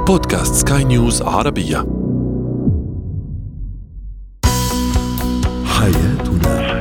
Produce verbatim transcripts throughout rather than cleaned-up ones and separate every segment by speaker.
Speaker 1: بودكاست سكاي نيوز عربية. حياتنا.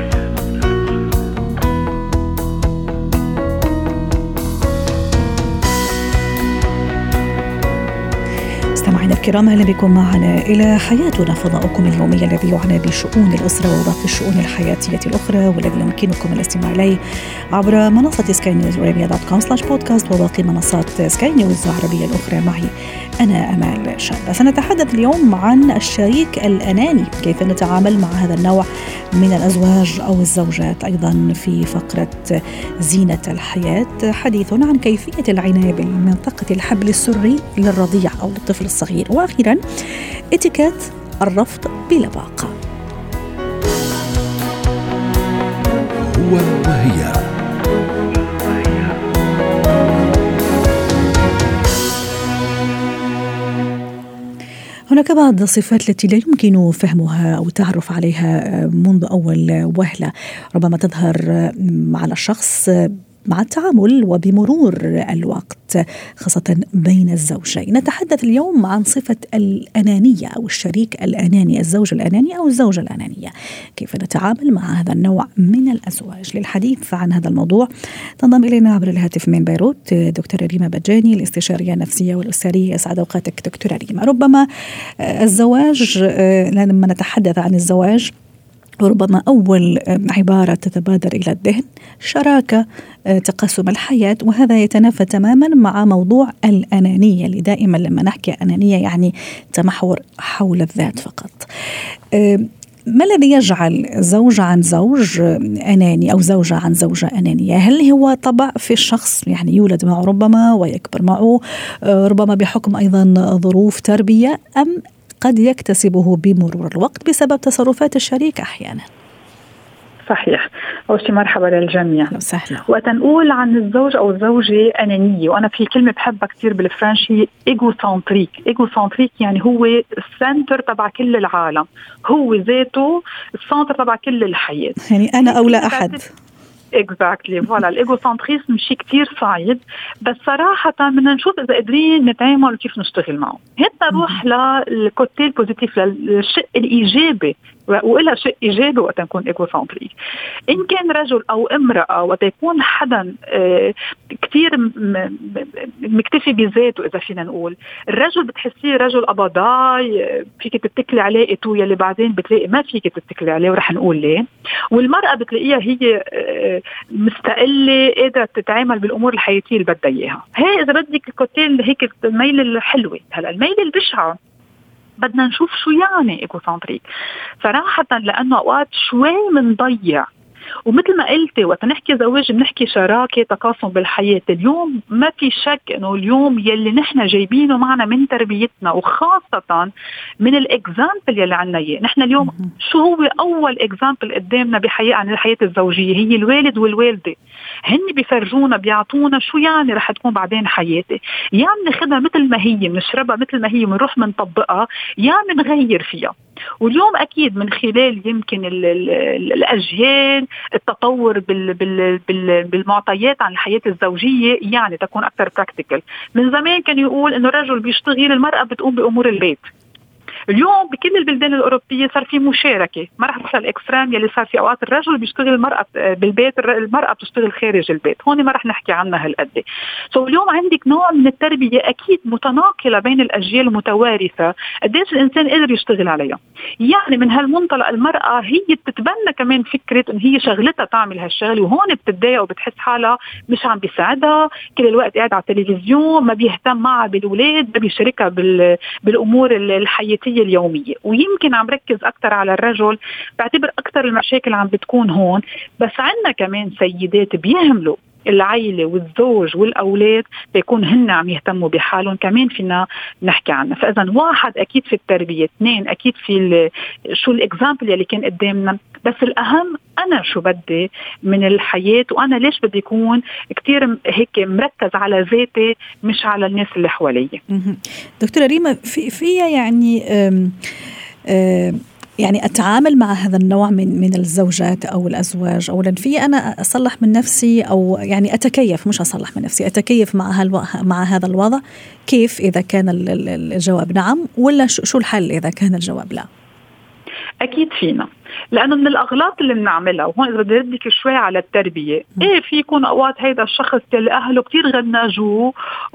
Speaker 2: مستمعينا الكرام، اهلا بكم معنا الى حياتنا، فضاؤكم اليومي الذي يعنى بشؤون الاسره وباقي الشؤون الحياتيه الاخرى، والذي يمكنكم الاستماع اليه عبر منصه سكاي نيوز عربيه دوت كوم سلاش بودكاست وباقي منصات سكاي نيوز العربيه الاخرى. معي انا امال شابه. سنتحدث اليوم عن الشريك الاناني، كيف نتعامل مع هذا النوع من الازواج او الزوجات. ايضا في فقره زينه الحياه حديث عن كيفيه العنايه بمنطقه الحبل السري للرضيع او للطفل الصغير. واخيرا اتيكيت الرفض بلباقه.
Speaker 1: هو وهي.
Speaker 2: هناك بعض الصفات التي لا يمكن فهمها أو تعرف عليها منذ أول وهلة، ربما تظهر على الشخص مع التعامل وبمرور الوقت، خاصة بين الزوجين. نتحدث اليوم عن صفة الأنانية أو الشريك الأناني، الزوج الأناني أو الزوجة الأنانية، كيف نتعامل مع هذا النوع من الأزواج. للحديث عن هذا الموضوع تنضم إلينا عبر الهاتف من بيروت دكتورة ريما بجاني، الاستشارية النفسية والأسرية. أسعد أوقاتك دكتورة ريما. ربما الزواج، لما نتحدث عن الزواج ربما أول عبارة تتبادر إلى الذهن شراكة، تقاسم الحياة، وهذا يتنافى تماما مع موضوع الأنانية اللي دائما لما نحكي أنانية يعني تمحور حول الذات فقط. ما الذي يجعل زوج عن زوج أناني أو زوجة عن زوجة أنانية؟ هل هو طبع في الشخص، يعني يولد معه ربما ويكبر معه، ربما بحكم أيضا ظروف تربية، أم قد يكتسبه بمرور الوقت بسبب تصرفات الشريك أحيانا؟
Speaker 3: صحيح. أول شيء مرحبا للجميع.
Speaker 2: سهلا.
Speaker 3: وقت نقول عن الزوج أو الزوجة أنانية، وأنا في كلمة بحبها كتير بالفرنشي، إيغوسنتريك. إيغوسنتريك يعني هو السنتر تبع كل العالم، هو ذاته السنتر تبع كل الحياة،
Speaker 2: يعني أنا أو لا أحد.
Speaker 3: اكزاكتلي فوالا. الايجوسنتريزم شيء كتير صعب، بس صراحه بدنا نشوف اذا قادرين نتعامل وكيف نشتغل معه. هيدا نروح للكوتي البوزيتيف، للشق الايجابي، وإلا شيء إيجابي وقت نكون إيجوسنتريك. إن كان رجل أو امرأة وقت يكون حدا آه كتير مكتفي بذاته، إذا فينا نقول الرجل بتحسيه رجل أبضاي، فيك تتكلي عليه إتو، يلي بعدين بتلاقي ما فيك تتكلي عليه، ورح نقول ليه. والمرأة بتلاقيها هي آه مستقلة، قادرة تتعامل بالأمور الحياتية اللي بدها إياها. هي إذا بدك الكوتيل هيك الميل الحلوة. هلا الميل البشعة بدنا نشوف شو يعني إيجوسنتريك صراحة، لأنه أوقات شوي منضيع. ومثل ما قلتي وقت نحكي زواج بنحكي شراكة، تقاسم بالحياة. اليوم ما في شك أنه اليوم يلي نحن جايبينه معنا من تربيتنا، وخاصة من الإكزامبل يلي عنا إياه. نحن اليوم شو هو أول إكزامبل قدامنا بحياة عن الحياة الزوجية؟ هي الوالد والوالدة. هن بيفرجونا، بيعطونا شو يعني رح تكون بعدين حياتي. يا مناخدها مثل ما هي، منشربها مثل ما هي، منروح منطبقها، يا منغير فيها. واليوم أكيد من خلال يمكن ال ال ال الأجيال، التطور بال بال بال بالمعطيات عن الحياة الزوجية، يعني تكون أكثر براكتيكال. من زمان كان يقول إنه الرجل بيشتغل، المرأة بتقوم بأمور البيت. اليوم بكل البلدان الأوروبية صار في مشاركة، ما رح نوصل الإكستريم يلي صار في أوقات الرجل بيشتغل، المرأة بالبيت، المرأة بتشتغل خارج البيت. هون ما رح نحكي عنها هالقد. سو اليوم عندك نوع من التربية أكيد متناقلة بين الأجيال ومتوارثة، قديش الإنسان قدر يشتغل عليها. يعني من هالمنطلق المرأة هي بتتبنى كمان فكرة إن هي شغلتها تعمل هالشغل، وهون بتتضايق وبتحس حالها مش عم بيساعدها، كل الوقت قاعد على التلفزيون، ما بيهتم معها بالأولاد، ما بيشاركها بالأمور الحياتية اليومية. ويمكن عم ركز أكتر على الرجل، بعتبر أكتر المشاكل عم بتكون هون. بس عنا كمان سيدات بيهملوا العائلة والزوج والأولاد، بيكون هن عم يهتموا بحالهم، كمان فينا نحكي عنها. فإذا واحد أكيد في التربية، اثنين أكيد في شو الإكزامبل يلي كان قدامنا، بس الأهم أنا شو بدي من الحياة، وأنا ليش بدي يكون كتير هيك مركز على ذاتي مش على الناس اللي حوالي.
Speaker 2: دكتورة ريما، في فيها يعني أم أم يعني أتعامل مع هذا النوع من من الزوجات أو الأزواج؟ أولا في أنا أصلح من نفسي، أو يعني أتكيف، مش أصلح من نفسي، أتكيف مع هالو... مع هذا الوضع. كيف إذا كان الجواب نعم، ولا شو الحل إذا كان الجواب لا؟
Speaker 3: أكيد فينا، لأنه من الأغلاط اللي بنعملها، وهون إذا بدي أردك شوي على التربية، م. إيه في يكون أوقات هيدا الشخص اللي أهله كتير غناجوه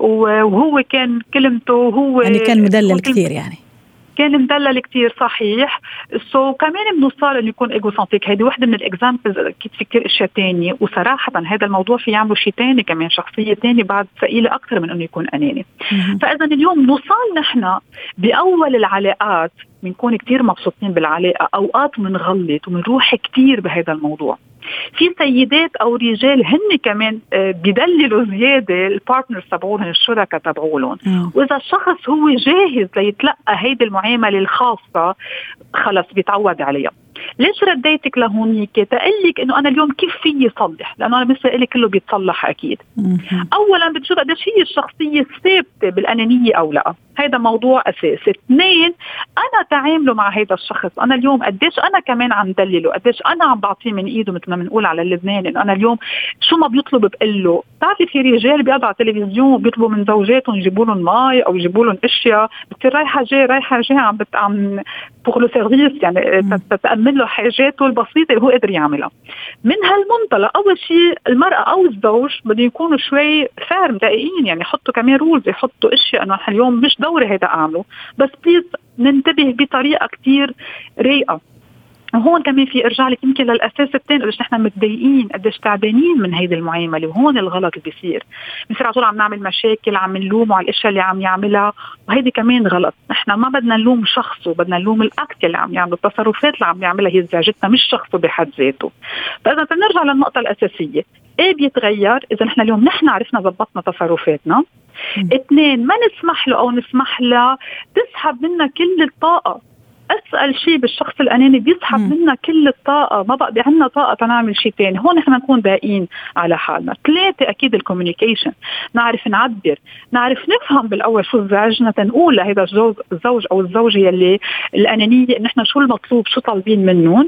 Speaker 3: وهو كان كلمته وهو
Speaker 2: يعني كان مدلل كتير، يعني
Speaker 3: كان مدلل كتير، صحيح. سو so, كمان بنوصل انه يكون ايجوسنتريك. هيدي وحده من الاكزامبلز، اكيد في كتير اشياء تانية، وصراحه هذا الموضوع في يعملوا شيء تاني كمان، شخصيه تانية بعد ثقيله اكثر من انه يكون اناني. فاذا اليوم نوصل نحن باول العلاقات بنكون كتير مبسوطين بالعلاقه، اوقات بنغلط وبنروح كتير بهذا الموضوع. في سيدات او رجال هن كمان بيدللوا زياده البارتنرز تبعولهم، الشركاء تبعولهم، واذا الشخص هو جاهز ليتلقى هيدي المعامله الخاصه خلص بيتعود عليها. ليش رديتك لهونيك؟ تقلك انه انا اليوم كيف فيي صلح، لانه انا مثل لي كله بيتصلح اكيد. اولا بتشوف قديش هي الشخصيه ثابته بالانانيه او لا، هذا موضوع اساسي. اثنين، انا تعامله مع هذا الشخص، انا اليوم قديش انا كمان عم دلله، قديش انا عم بعطيه من ايده، مثل ما بنقول على اللبنان انه انا اليوم شو ما بيطلب بقول له. بتعرفي في رجال بيقعدوا على التلفزيون بيطلبوا من زوجاتهم يجيبوا لهم ماء او يجيبوا لهم اشياء، بتصير رايحه جاي رايحه جاي عم بت عم بوغ لو سيرفيس، يعني تتامن له حاجاته البسيطه اللي هو قادر يعملها. من هالمنطلق اول شيء المراه او الزوج بده يكونوا شوي فارم دقيقين، يعني يحطوا كمان رولز، يحطوا اشياء انه اليوم مش دوري هيدا اعمله، بس بليز ننتبه بطريقه كتير رايقه. وهون كمان في ارجع لك يمكن للاساس الثاني، قديش نحن متضايقين، قديش تعبانين من هيدي المعامله، وهون الغلط اللي بيصير. بنصير على طول عم نعمل مشاكل، عم نلوم على الاشياء اللي عم يعملها، وهيدي كمان غلط. نحن ما بدنا نلوم شخصه، بدنا نلوم الاكت اللي عم يعمله، التصرفات اللي عم يعملها هي زوجتنا، مش شخصه بحد ذاته. فاذا بنرجع للنقطه الاساسيه، ايه بيتغير اذا نحن اليوم نحن عرفنا ضبطنا تصرفاتنا. اثنين، ما نسمح له او نسمح لها تسحب منا كل الطاقه. أسأل شيء بالشخص الأناني بيسحب منا كل الطاقة، ما بقى عندنا طاقة تنعمل شيء تاني. هون نحن نكون باقين على حالنا. ثلاثة، أكيد الكوميونيكيشن، نعرف نعبر، نعرف نفهم بالأول شو زعجنا، تنقول لهذا الزوج الزوج أو الزوجة يلي الأنانية نحن شو المطلوب، شو طالبين منهم،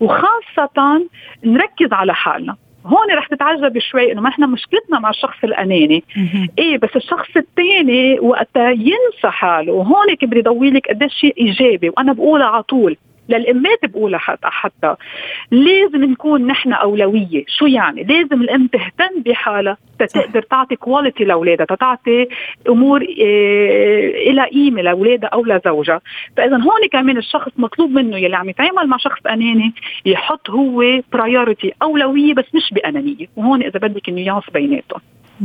Speaker 3: وخاصة نركز على حالنا. هون رح تتعجب شوي انه ما احنا مشكلتنا مع الشخص الاناني، ايه بس الشخص الثاني وقتها ينسى حاله. وهون بدي ضوي لك قديش شيء ايجابي، وانا بقولها على طول للامات، بقولها حتى حتى لازم نكون نحن اولويه. شو يعني؟ لازم الام تهتم بحالها تقدر تعطي كواليتي لاولادها، تعطي امور إيه الى قيمه لاولادها او لزوجها. فاذا هون كمان الشخص مطلوب منه يلي عم يتعامل مع شخص اناني يحط هو برايورتي، اولويه، بس مش بانانيه. وهون اذا بدك النيانس بيناتهم.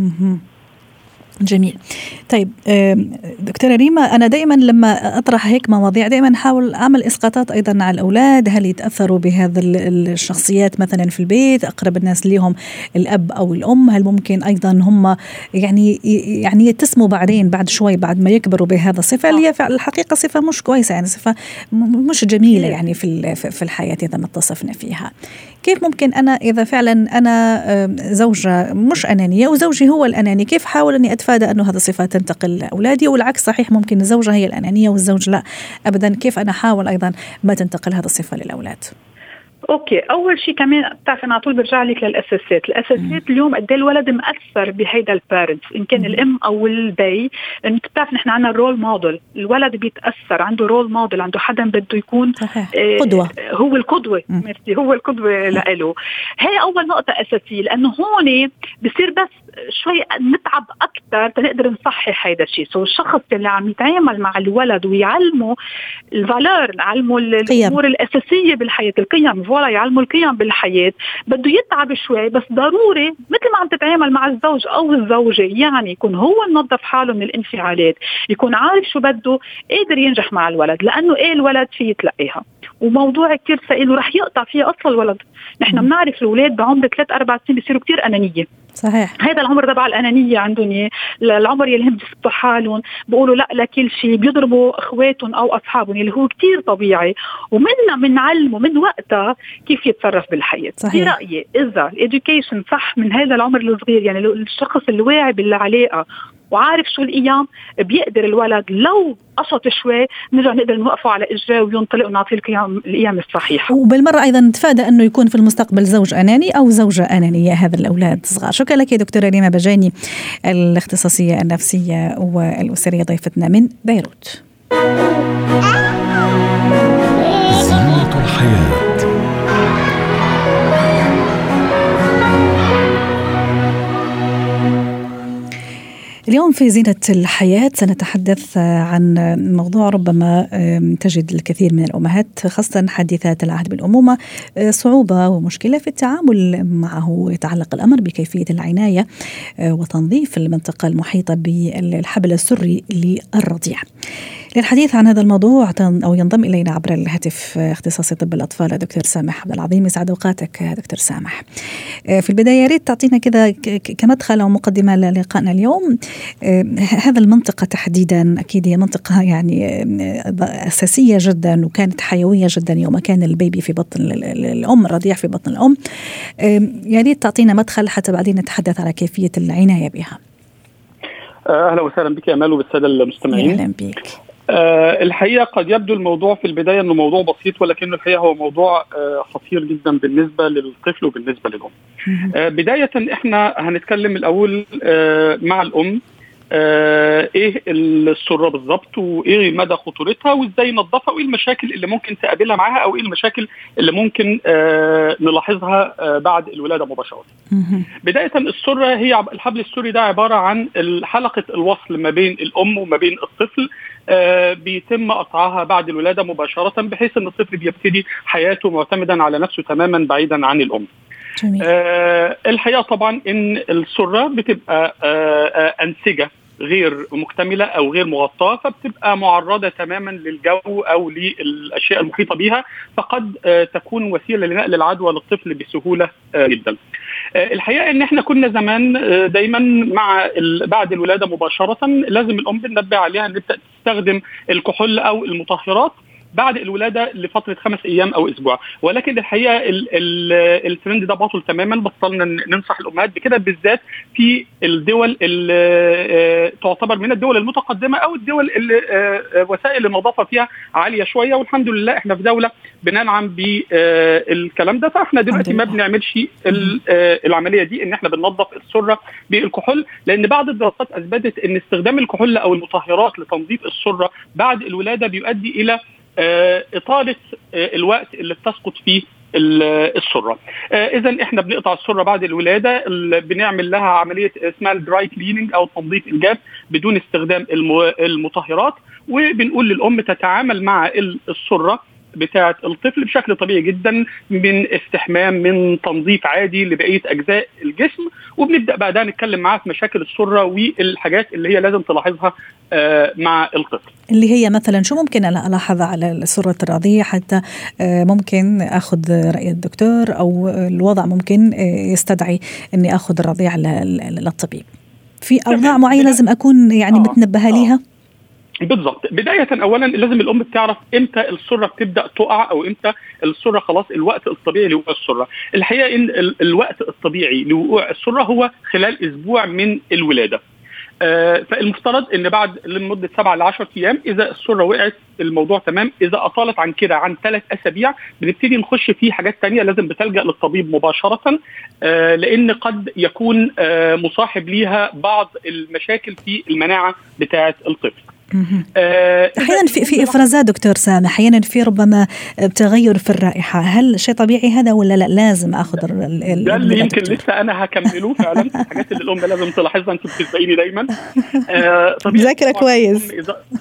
Speaker 2: جميل. طيب دكتورة ريما، أنا دائما لما أطرح هيك مواضيع دائما أحاول أعمل إسقاطات أيضا على الأولاد. هل يتأثروا بهذا الشخصيات مثلا في البيت، أقرب الناس ليهم الأب أو الأم؟ هل ممكن أيضا هم يعني يعني يتسموا بعدين بعد شوي بعد ما يكبروا بهذا الصفة اللي هي في الحقيقة صفة مش كويسة، يعني صفة مش جميلة يعني في في الحياة إذا ما اتصفنا فيها؟ كيف ممكن أنا إذا فعلا أنا زوجة مش أنانية وزوجي هو الأناني، كيف حاول أني أتفادى أنه هذه الصفة تنتقل لأولادي؟ والعكس صحيح، ممكن الزوجة هي الأنانية والزوج لا أبدا. كيف أنا حاول أيضا ما تنتقل هذه الصفة للأولاد؟
Speaker 3: اوكي، اول شيء كمان بتعرف انا على طول برجع لك للاساسات. الاساسات اليوم قد ايه الولد مأثر بهيدا البارنتس، ان كان الام او البي، لانه بتعرف نحن عندنا الرول موديل. الولد بيتاثر، عنده رول موديل، عنده حدا بده يكون
Speaker 2: آه قدوه،
Speaker 3: هو القدوه، ميرسي، هو القدوه له. هي اول نقطه اساسيه، لانه هون بصير بس شوي نتعب اكثر تنقدر نصحح هيدا الشيء. سو الشخص اللي عم يتعامل مع الولد ويعلمه الفالور، يعلمه الامور الاساسيه بالحياه، القيم، ولا يعلموا القيم بالحياة، بده يتعب شوي. بس ضروري مثل ما عم تتعامل مع الزوج أو الزوجة، يعني يكون هو منظف حاله من الانفعالات، يكون عارف شو بده، قادر ينجح مع الولد. لأنه إيه الولد فيه يتلقيها، وموضوع كتير ثقيل ورح يقطع فيه أصل الولد. نحن بنعرف الأولاد بعمر ثلاث أربع سنين بيصيروا كتير أنانية. صحيح، هذا العمر تبع الأنانية عندهم، العمر يلي هم بيثبتوا حالهم، بيقولوا لا لكل شيء، بيضربوا اخواتهم او اصحابهم، اللي هو كتير طبيعي. ومننا بنعلمه من وقتها كيف يتصرف بالحياة. في رأيي إذا الإدوكيشن صح من هذا العمر الصغير، يعني الشخص الواعي بالعلاقة وعارف شو القيم، بيقدر الولد لو قشط شوي نرجع نقدر نوقفه على إجراه وينطلق ونعطيه القيم القيم الصحيحة.
Speaker 2: وبالمرة أيضا نتفادى أنه يكون في المستقبل زوج أناني أو زوجة أنانية هذا الأولاد الصغار. شكرا لك يا دكتورة ريما بجاني، الاختصاصية النفسية والأسرية، ضيفتنا من بيروت.
Speaker 1: زينة الحياة.
Speaker 2: اليوم في زينة الحياة سنتحدث عن موضوع ربما تجد الكثير من الأمهات خاصة حديثات العهد بالأمومة صعوبة ومشكلة في التعامل معه. يتعلق الأمر بكيفية العناية وتنظيف المنطقة المحيطة بالحبل السري للرضيع. للحديث عن هذا الموضوع أو ينضم إلينا عبر الهاتف اختصاصي طب الأطفال دكتور سامح عبد العظيم. يسعد أوقاتك دكتور سامح. في البداية يا ريت تعطينا كذا كمدخل أو مقدمة للقائنا اليوم. هذا المنطقة تحديدا أكيد هي منطقة يعني أساسية جدا وكانت حيوية جدا يوم كان البيبي في بطن الأم، الرضيع في بطن الأم. يا ريت تعطينا مدخل حتى بعدين نتحدث على كيفية العناية بها.
Speaker 4: أهلا وسهلا بك يا أمال وبالسادة المستمعين.
Speaker 2: أهلا بك.
Speaker 4: أه الحقيقة قد يبدو الموضوع في البداية أنه موضوع بسيط، ولكن الحقيقة هو موضوع أه خطير جدا بالنسبة للطفل وبالنسبة للأم. أه بداية إحنا هنتكلم الأول أه مع الأم أه إيه السرة بالضبط وإيه مدى خطورتها وإزاي ننظفها وإيه المشاكل اللي ممكن تقابلها معها أو إيه المشاكل اللي ممكن أه نلاحظها أه بعد الولادة مباشرة. بداية السرة هي الحبل السري، ده عبارة عن حلقة الوصل ما بين الأم وما بين الطفل. آه بيتم قطعها بعد الولادة مباشرة بحيث أن الطفل بيبتدي حياته معتمدا على نفسه تماما بعيدا عن الأم. آه الحقيقة طبعا أن السرة بتبقى آه آه أنسجة غير مكتملة أو غير مغطاة، فبتبقى معرضة تماما للجو أو للأشياء المحيطة بها، فقد آه تكون وسيلة لنقل العدوى للطفل بسهولة آه جدا. آه الحقيقة ان احنا كنا زمان آه دايما مع بعد الولادة مباشرة لازم الأم بننبه عليها ان نبدأ تستخدم الكحول أو المطهرات بعد الولادة لفترة خمس أيام أو أسبوع، ولكن الحقيقة الترند ده باطل تماما. بطلنا ننصح الأمهات بكده، بالذات في الدول اللي تعتبر من الدول المتقدمة أو الدول اللي وسائل النظافة فيها عالية شوية، والحمد لله احنا في دولة بننعم بالكلام ده. فاحنا دلوقتي ما بنعملش العملية دي ان احنا بننظف السرة بالكحول، لأن بعض الدراسات أثبتت ان استخدام الكحول أو المطهرات لتنظيف السرة بعد الولادة بيؤدي إلى إطالة الوقت اللي بتسقط فيه السرة. إذن إحنا بنقطع السرة بعد الولادة، بنعمل لها عملية اسمها الدراي كليننج أو تنظيف الجاف بدون استخدام المطهرات، وبنقول للأم تتعامل مع السرة بتاعة الطفل بشكل طبيعي جدا، من استحمام من تنظيف عادي لبقية أجزاء الجسم، وبنبدأ بعدها نتكلم معاه في مشاكل السرة والحاجات اللي هي لازم تلاحظها مع الطفل.
Speaker 2: اللي هي مثلا شو ممكن ألاحظها على سرة الرضيع حتى ممكن أخذ رأي الدكتور أو الوضع ممكن يستدعي أني أخذ الرضيع للطبيب؟ في أوضاع معينة لازم أكون يعني آه متنبهة ليها؟ آه.
Speaker 4: بالضبط. بداية أولا لازم الأم بتعرف إمتى السرة بتبدأ تقع أو إمتى السرة خلاص الوقت الطبيعي لوقوع السرة. الحقيقة إن الوقت الطبيعي لوقوع السرة هو خلال أسبوع من الولادة. آه فالمفترض إن بعد لمدة سبعة لعشر أيام إذا السرة وقعت الموضوع تمام. إذا أطالت عن كده عن ثلاث أسابيع بنبتدي نخش في حاجات تانية، لازم بتلجأ للطبيب مباشرة، آه لأن قد يكون آه مصاحب ليها بعض المشاكل في المناعة بتاعة الطفل.
Speaker 2: أحيانا في في إفرازات دكتور سامح، أحيانا في ربما تغير في الرائحة، هل شيء طبيعي هذا ولا لا لازم أخذ ال
Speaker 4: ده اللي يمكن لسه أنا هكمله فعلا. الحاجات اللي الأم لازم تلاحظها، أنت بتسبقيني دايما.
Speaker 2: مذاكرة كويس.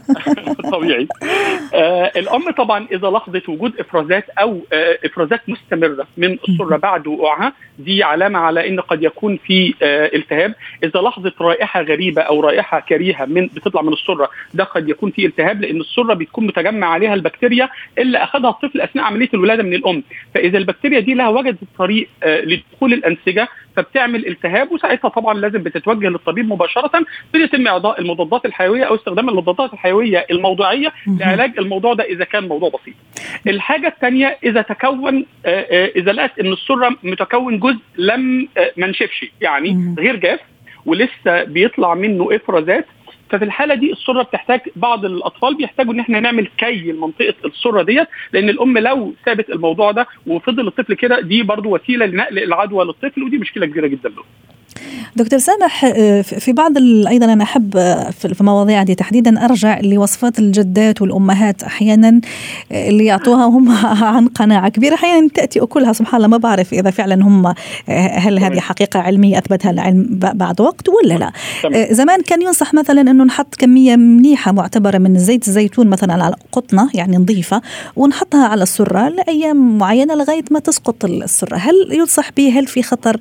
Speaker 4: طبيعي. آه الأم طبعا إذا لاحظت وجود إفرازات أو آه إفرازات مستمرة من السرة بعد وقوعها، دي علامة على إن قد يكون في آه التهاب. إذا لاحظت رائحة غريبة أو رائحة كريهة من بتطلع من السرة، ده قد يكون فيه التهاب، لأن السرة بتكون متجمع عليها البكتيريا اللي أخذها الطفل أثناء عملية الولادة من الأم. فإذا البكتيريا دي لها وجدت الطريق آه لدخول الأنسجة فبتعمل التهاب، وساعتها طبعا لازم بتتوجه للطبيب مباشرة، بيتم إعطاء المضادات الحيوية أو استخدام المضادات الحيوية الموضعية لعلاج الموضوع ده إذا كان موضوع بسيط. الحاجة الثانية إذا تكون آه آه إذا لقت إن السرة متكون جزء لم آه منشفش، يعني غير جاف، ولسه بيطلع منه افرازات، ففي الحاله دي السره بتحتاج، بعض الاطفال بيحتاجوا ان احنا نعمل كي لمنطقه السره ديت، لان الام لو سابت الموضوع ده وفضل الطفل كده دي برضو وسيله لنقل العدوى للطفل، ودي مشكله كبيره جدا له.
Speaker 2: دكتور سامح، في بعض أيضا أنا أحب في مواضيع دي تحديدا أرجع لوصفات الجدات والأمهات أحيانا اللي يعطوها هم عن قناعة كبيرة، أحيانا تأتي أكلها سبحان الله، ما بعرف إذا فعلا هم هل هذه حقيقة علمية أثبتها العلم بعد وقت ولا لا. زمان كان ينصح مثلا أنه نحط كمية منيحة معتبرة من زيت الزيتون مثلا على قطنة يعني نظيفة ونحطها على السرة لأيام معينة لغاية ما تسقط السرة، هل ينصح به؟ هل في خطر؟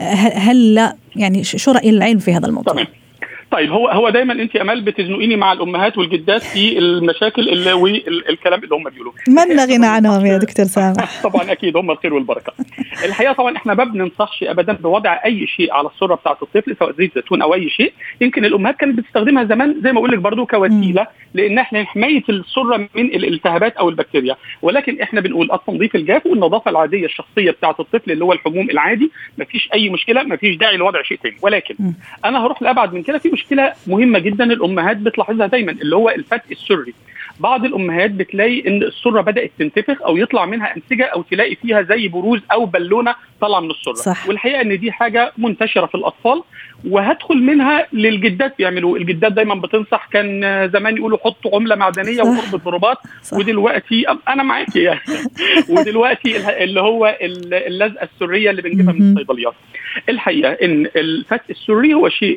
Speaker 2: هل لا؟ يعني شو رأي العلم في هذا الموضوع؟
Speaker 4: طبعا. طيب هو هو دايما انت امال بتزنقيني مع الامهات والجدات في المشاكل اللي والكلام اللي هم بيقولوه،
Speaker 2: ما لنا غنى عنهم يا دكتور سامح.
Speaker 4: طبعا اكيد هم الخير والبركه. الحقيقه طبعا احنا ما بننصحش ابدا بوضع اي شيء على السره بتاعه الطفل سواء زيت زيتون او اي شيء. يمكن الامهات كانت بتستخدمها زمان زي ما اقول لك برضو كوسيله لان احنا لحمايه السره من الالتهابات او البكتيريا، ولكن احنا بنقول التنظيف الجاف والنظافه العاديه الشخصيه بتاعه الطفل اللي هو الحموم العادي ما فيش اي مشكله، ما فيش داعي لوضع شيء ثاني. ولكن م. انا هروح لابعد من كده، في مشكله مهمه جدا الامهات بتلاحظها دايما اللي هو الفتق السري. بعض الامهات بتلاقي ان السره بدات تنتفخ او يطلع منها انسجه او تلاقي فيها زي بروز او بالونه طالعه من السره، صح. والحقيقه ان دي حاجه منتشره في الاطفال وهدخل منها للجدات بيعملوا. الجدات دايما بتنصح، كان زمان يقولوا حطوا عمله معدنيه وقرب ضربات، ودلوقتي انا معاكي يعني ودلوقتي اللي هو اللزقه السريه اللي بنجيبها من الصيدليات. الحقيقه ان الفتق السري هو شيء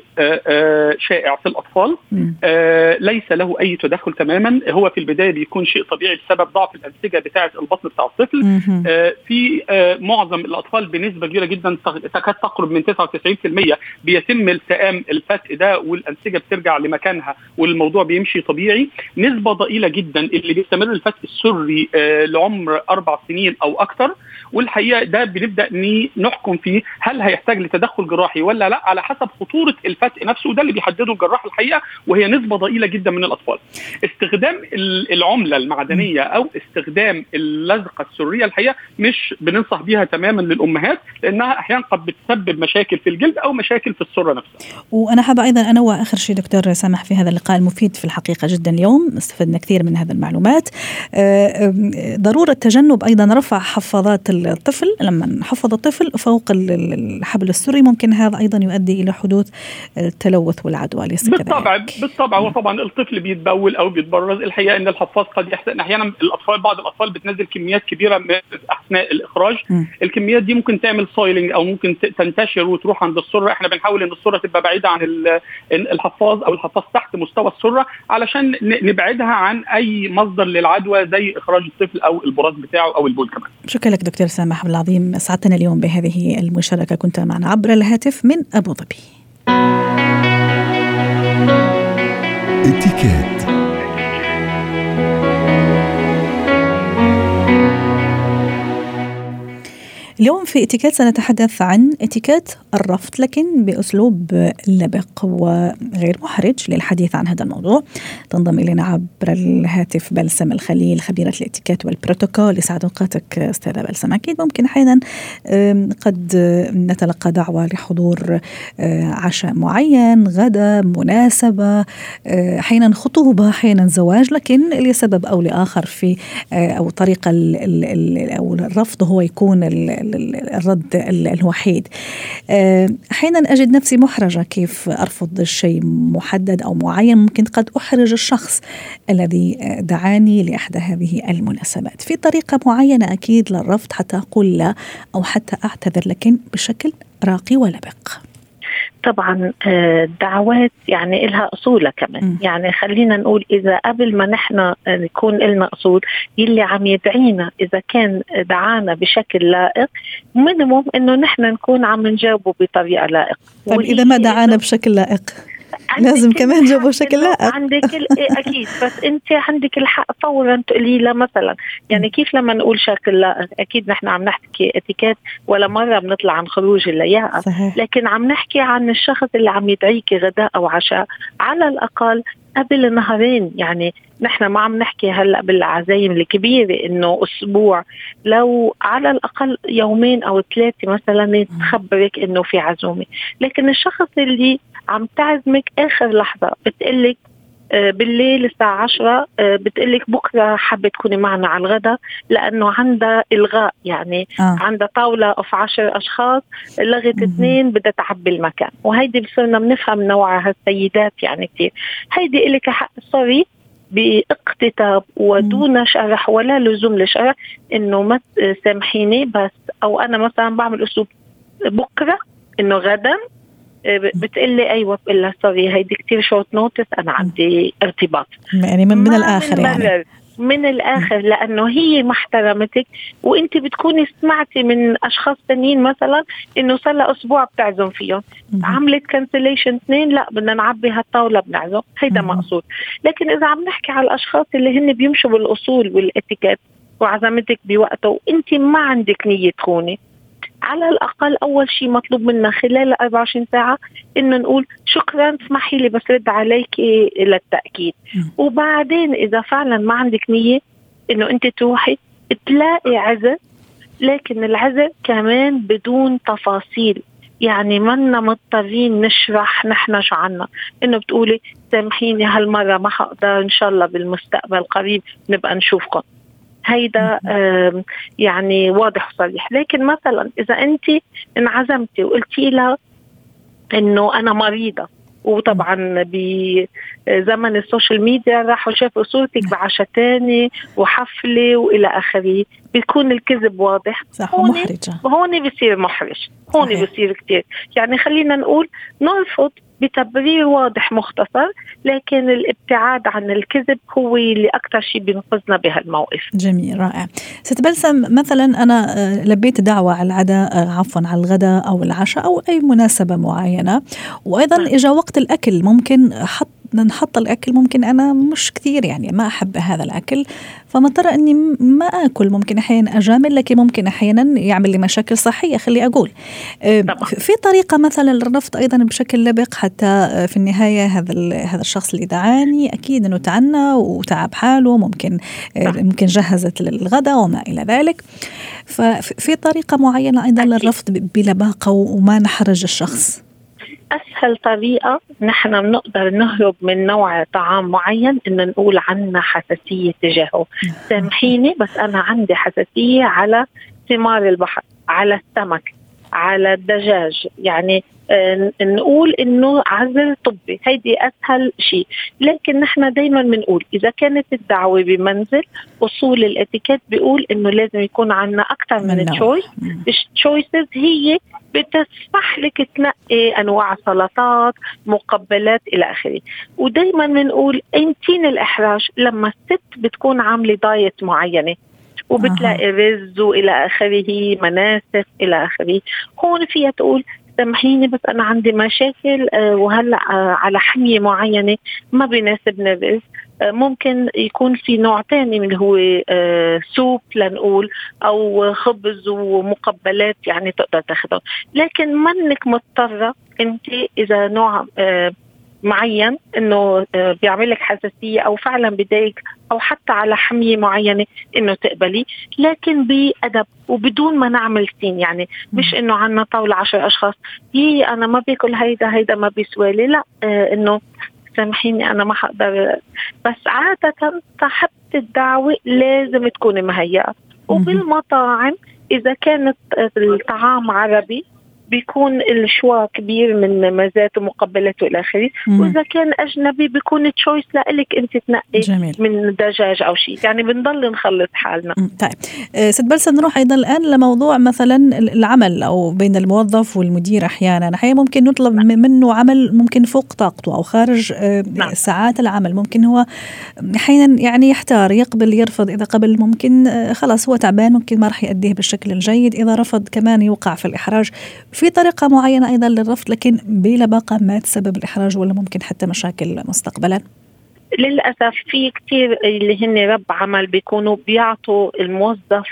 Speaker 4: شائع في الاطفال، ليس له اي تدخل تماما. هو في البدايه بيكون شيء طبيعي بسبب ضعف الانسجه بتاعه البطن بتاع الطفل. في معظم الاطفال بنسبه كبيره جدا تكاد تقرب من تسعة وتسعين بالمئة بيتم التئام الفتق ده والانسجه بترجع لمكانها والموضوع بيمشي طبيعي. نسبه ضئيله جدا اللي بيستمر الفتق السري لعمر اربع سنين او اكثر، والحقيقه ده بنبدا نحكم فيه هل هيحتاج لتدخل جراحي ولا لا على حسب خطوره الفتق نفسه، وده اللي بيحدده الجراح الحقيقه، وهي نسبه ضئيله جدا من الاطفال. استخدام العمله المعدنيه او استخدام اللزقه السريه الحقيقه مش بننصح بيها تماما للامهات، لانها احيانا قد بتسبب مشاكل في الجلد او مشاكل في السره نفسها.
Speaker 2: وانا حابه ايضا انوه اخر شيء دكتور سامح في هذا اللقاء المفيد في الحقيقه جدا اليوم، استفدنا كثير من هذه المعلومات. ضروره تجنب ايضا رفع حفاضات الطفل. لما نحفظ الطفل فوق الحبل السري ممكن هذا ايضا يؤدي الى حدوث التلوث والعدوى، ليس كذلك؟
Speaker 4: بالطبع بالطبع وطبعا الطفل بيتبول او بيتبرز. الحقيقه ان الحفاظ قد يحتاج احيانا الاطفال، بعض الاطفال بتنزل كميات كبيره اثناء الاخراج. م. الكميات دي ممكن تعمل سويلنج او ممكن تنتشر وتروح عند السره. احنا بنحاول ان السره تبقى بعيده عن الحفاظ او الحفاظ تحت مستوى السره علشان نبعدها عن اي مصدر للعدوى زي اخراج الطفل او البراز بتاعه او البول كمان.
Speaker 2: شكرا لك دكتور سامح العظيم، اسعدتنا اليوم بهذه المشاركه، كنت معنا عبر الهاتف من ابو ظبي.
Speaker 1: اتيكيت.
Speaker 2: اليوم في اتيكيت سنتحدث عن اتيكيت الرفض، لكن بأسلوب لبق وغير محرج. للحديث عن هذا الموضوع تنضم إلينا عبر الهاتف بلسم الخليل، خبيرة الاتيكيت والبروتوكول. يسعد اوقاتك أستاذة بلسم. أكيد ممكن أحيانا قد نتلقى دعوة لحضور عشاء معين، غدا، مناسبة، أحيانا خطوبة، أحيانا زواج، لكن لسبب أو لآخر في أو طريقة أو الرفض هو يكون الرد الوحيد. أحيانا أجد نفسي محرجة كيف أرفض شيء محدد أو معين، ممكن قد أحرج الشخص الذي دعاني لإحدى هذه المناسبات. في طريقة معينة أكيد للرفض حتى أقول لا أو حتى أعتذر، لكن بشكل راقي ولبق.
Speaker 5: طبعا الدعوات يعني إلها أصولها كمان. م. يعني خلينا نقول إذا قبل ما نحن نكون إلنا أصول، يلي عم يدعينا إذا كان دعانا بشكل لائق منهم إنه نحن نكون عم نجاوبه بطريقة لائقة.
Speaker 2: طيب إذا ما دعانا بشكل لائق لازم كمان نجاوبه بشكل لائق.
Speaker 5: عندك أكيد، بس أنت عندك الحق فورا تقولي لا مثلا. يعني كيف لما نقول شكل لائق؟ أكيد نحن عم نحكي اتيكيت ولا مرة بنطلع عن خروج اللياقة، لكن عم نحكي عن الشخص اللي عم يدعيك غداء أو عشاء على الأقل قبل نهارين. يعني نحن ما عم نحكي هلأ بالعزايم الكبيرة إنه أسبوع، لو على الأقل يومين أو ثلاثة مثلا تخبرك إنه في عزومة. لكن الشخص اللي عم تعزمك آخر لحظة، بتقلك بالليل الساعة عشرة بتقلك بكرة حابة تكوني معنا على الغداء لأنه عندها إلغاء، يعني آه. عندها طاولة أو عشر أشخاص لغت اثنين بدها تعبي المكان. وهيدي بصيرنا بنفهم نوع هالسيدات يعني كتير. هيدي إلك حق صريح باقتتاب ودون شرح ولا لزوم لشرح إنه ما سامحيني بس، أو أنا مثلا بعمل أسلوب بكرة إنه غدا بتقلي أيوة إلا سوري هيدي كتير شورت نوتس أنا عندي ارتباط،
Speaker 2: يعني من, من الآخر يعني
Speaker 5: من الآخر لأنه هي ما احترمتك، وإنت بتكوني سمعتي من أشخاص تانيين مثلا إنه صار لها أسبوع بتعزم فيهم، عملت كانسليشن اثنين لا بدنا نعبي هالطاولة بنعزم، هيدا مقصود. لكن إذا عم نحكي على الأشخاص اللي هن بيمشوا بالأصول والإتيكيت وعزمتك بوقته وإنت ما عندك نية تخوني، على الأقل أول شيء مطلوب منا خلال أربعة وعشرين ساعة إنه نقول شكرا اسمحي لي بس رد عليك للتأكيد. وبعدين إذا فعلا ما عندك نية إنه أنت تروحي تلاقي عذر، لكن العذر كمان بدون تفاصيل، يعني منا مضطرين نشرح نحن شو عنا، إنه بتقولي سامحيني هالمرة ما حقدر إن شاء الله بالمستقبل قريب نبقى نشوفكم. هيدا يعني واضح وصريح. لكن مثلا إذا أنت انعزمتي وقلتي لها إنه أنا مريضة، وطبعا بزمن السوشيال ميديا راحوا شافوا صورتك بعشاء تاني وحفلة وإلى آخره، بيكون الكذب واضح.
Speaker 2: هون
Speaker 5: هون بيصير محرج، هون بيصير كتير. يعني خلينا نقول نرفض بتبرير واضح مختصر، لكن الابتعاد عن الكذب هو اللي أكثر شيء بينقذنا بهالموقف.
Speaker 2: جميل، رائع. ست بلسم، مثلا أنا لبيت دعوة على العداء عفوا على الغداء أو العشاء أو أي مناسبة معينة، وأيضا إجا وقت الأكل ممكن حط نحط الأكل، ممكن أنا مش كثير يعني ما أحب هذا الأكل، فمضطرة أني ما أكل. ممكن أحيانا أجامل، لكن ممكن أحيانا يعمل لي مشاكل صحية. خلي أقول طبعا. في طريقة مثلا للرفض أيضا بشكل لبق، حتى في النهاية هذا هذا الشخص اللي دعاني أكيد أنه تعنى وتعب حاله، ممكن طبعا. ممكن جهزت للغداء وما إلى ذلك. ففي طريقة معينة أيضا أكيد. للرفض بلباقة وما نحرج الشخص.
Speaker 5: أسهل طريقة نحن بنقدر نهرب من نوع طعام معين إن نقول عنا حساسية تجاهه. سامحيني بس أنا عندي حساسية على ثمار البحر، على السمك، على الدجاج، يعني آه نقول إنه عذر طبي، هيدي أسهل شيء. لكن نحن دايما بنقول إذا كانت الدعوة بمنزل، أصول الاتيكيت بيقول إنه لازم يكون عنا أكثر من تشويس. التشويسز هي بتسمح لك تنقي أنواع سلطات، مقبلات إلى آخره. ودايما بنقول انتين الإحراج لما الست بتكون عاملة دايت معينة وبتلاقي رز وإلى آخره، مناسف إلى آخره، هون فيها تقول سامحيني بس أنا عندي مشاكل وهلأ على حمية معينة ما بيناسبني الرز، ممكن يكون في نوع تاني من هو سوب لنقول أو خبز ومقبلات يعني تقدر تاخده. لكن منك مضطرة أنت إذا نوع معين إنه بيعملك حساسية أو فعلا بدايك أو حتى على حمية معينة إنه تقبلي، لكن بأدب وبدون ما نعمل سين. يعني مش إنه عنا طاولة عشر أشخاص يي أنا ما بيكل هيدا هيدا ما بيسوالي، لا آه إنه سامحيني أنا ما حقدر. بس عادة صاحبة الدعوة لازم تكون مهيئة. وبالمطاعم إذا كانت الطعام عربي بيكون الشوا كبير من مزات ومقبلات والى اخره، واذا كان اجنبي بيكون تشويس لك انت تنقي جميل. من دجاج او شيء، يعني بنضل نخلط حالنا.
Speaker 2: طيب ست بلسم، نروح ايضا الان لموضوع مثلا العمل او بين الموظف والمدير. احيانا احيانا ممكن نطلب منه عمل ممكن فوق طاقته او خارج نعم. ساعات العمل، ممكن هو احيانا يعني يحتار، يقبل يرفض. اذا قبل ممكن خلاص هو تعبان، ممكن ما راح يؤديه بالشكل الجيد. اذا رفض كمان يوقع في الاحراج. في طريقة معينة أيضا للرفض لكن بلا باقة ما تسبب الإحراج ولا ممكن حتى مشاكل مستقبلا؟
Speaker 5: للأسف في كتير اللي هن رب عمل بيكونوا بيعطوا الموظف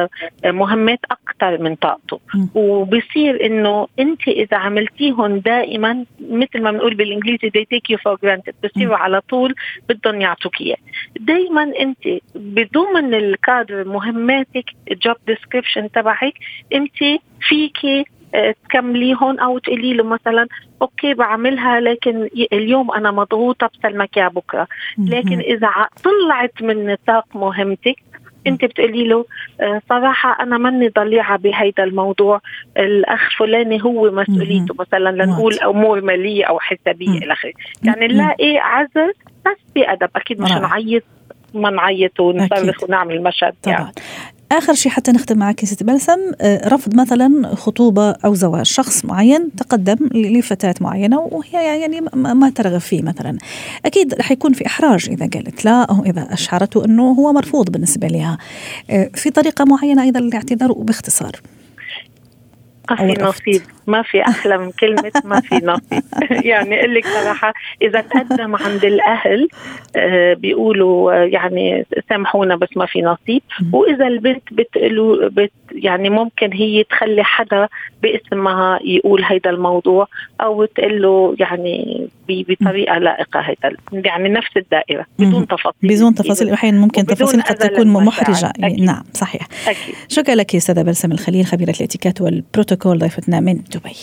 Speaker 5: مهمات أكتر من طاقته، وبصير إنه أنت إذا عملتيهم دائما مثل ما بنقول بالإنجليزي they take you for granted، بصيروا على طول بدهم يعطوك إياه. دائما أنت بضمن الكادر مهماتك الجوب ديسكريبشن تبعك أنت فيكي تكمليهم أو تقولي له مثلا أوكي بعملها لكن اليوم أنا مضغوطة بسلمك يا بكرة. لكن إذا طلعت من نطاق مهمتك انت بتقولي له صراحه انا ماني ضليعه بهيدا الموضوع، الاخ فلاني هو مسؤوليته مثلا لنقول امور ماليه او حسابيه الى اخره، يعني نلاقي عذر بس بادب. اكيد مش نعيط ما نعيط ونصرخ ونعمل مشهد
Speaker 2: طبعا.
Speaker 5: يعني.
Speaker 2: آخر شيء حتى نختم معك يا ست بلسم، رفض مثلا خطوبة أو زواج، شخص معين تقدم لفتاة معينة وهي يعني ما ترغب فيه مثلا، أكيد رح يكون في إحراج إذا قالت لا أو إذا أشعرته أنه هو مرفوض بالنسبة لها. في طريقة معينة أيضا للاعتذار وباختصار؟
Speaker 5: ما في نصيب، ما في أحلى من كلمة ما في نصيب. يعني أقول لك صراحة إذا تقدم عند الأهل آه بيقولوا آه يعني سامحونا بس ما في نصيب. وإذا البنت بتقولوا بت يعني ممكن هي تخلي حدا باسمها يقول هيدا الموضوع أو تقوله يعني بطريقة لائقة هيدا، يعني نفس الدائرة بدون تفاصيل
Speaker 2: بدون تفاصيل أحيانا ممكن تفاصيل قد تكون محرجة. نعم صحيح.
Speaker 5: أكيد.
Speaker 2: شكرا لك يا أستاذة بلسم الخليل، خبيرة الاتيكيت والبروتوكول، ضيفتنا من دبي.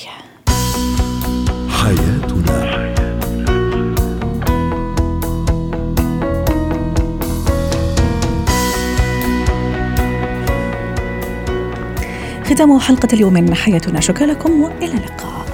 Speaker 1: حياتنا.
Speaker 2: ختام حلقة اليوم من حياتنا، شكرا لكم وإلى اللقاء.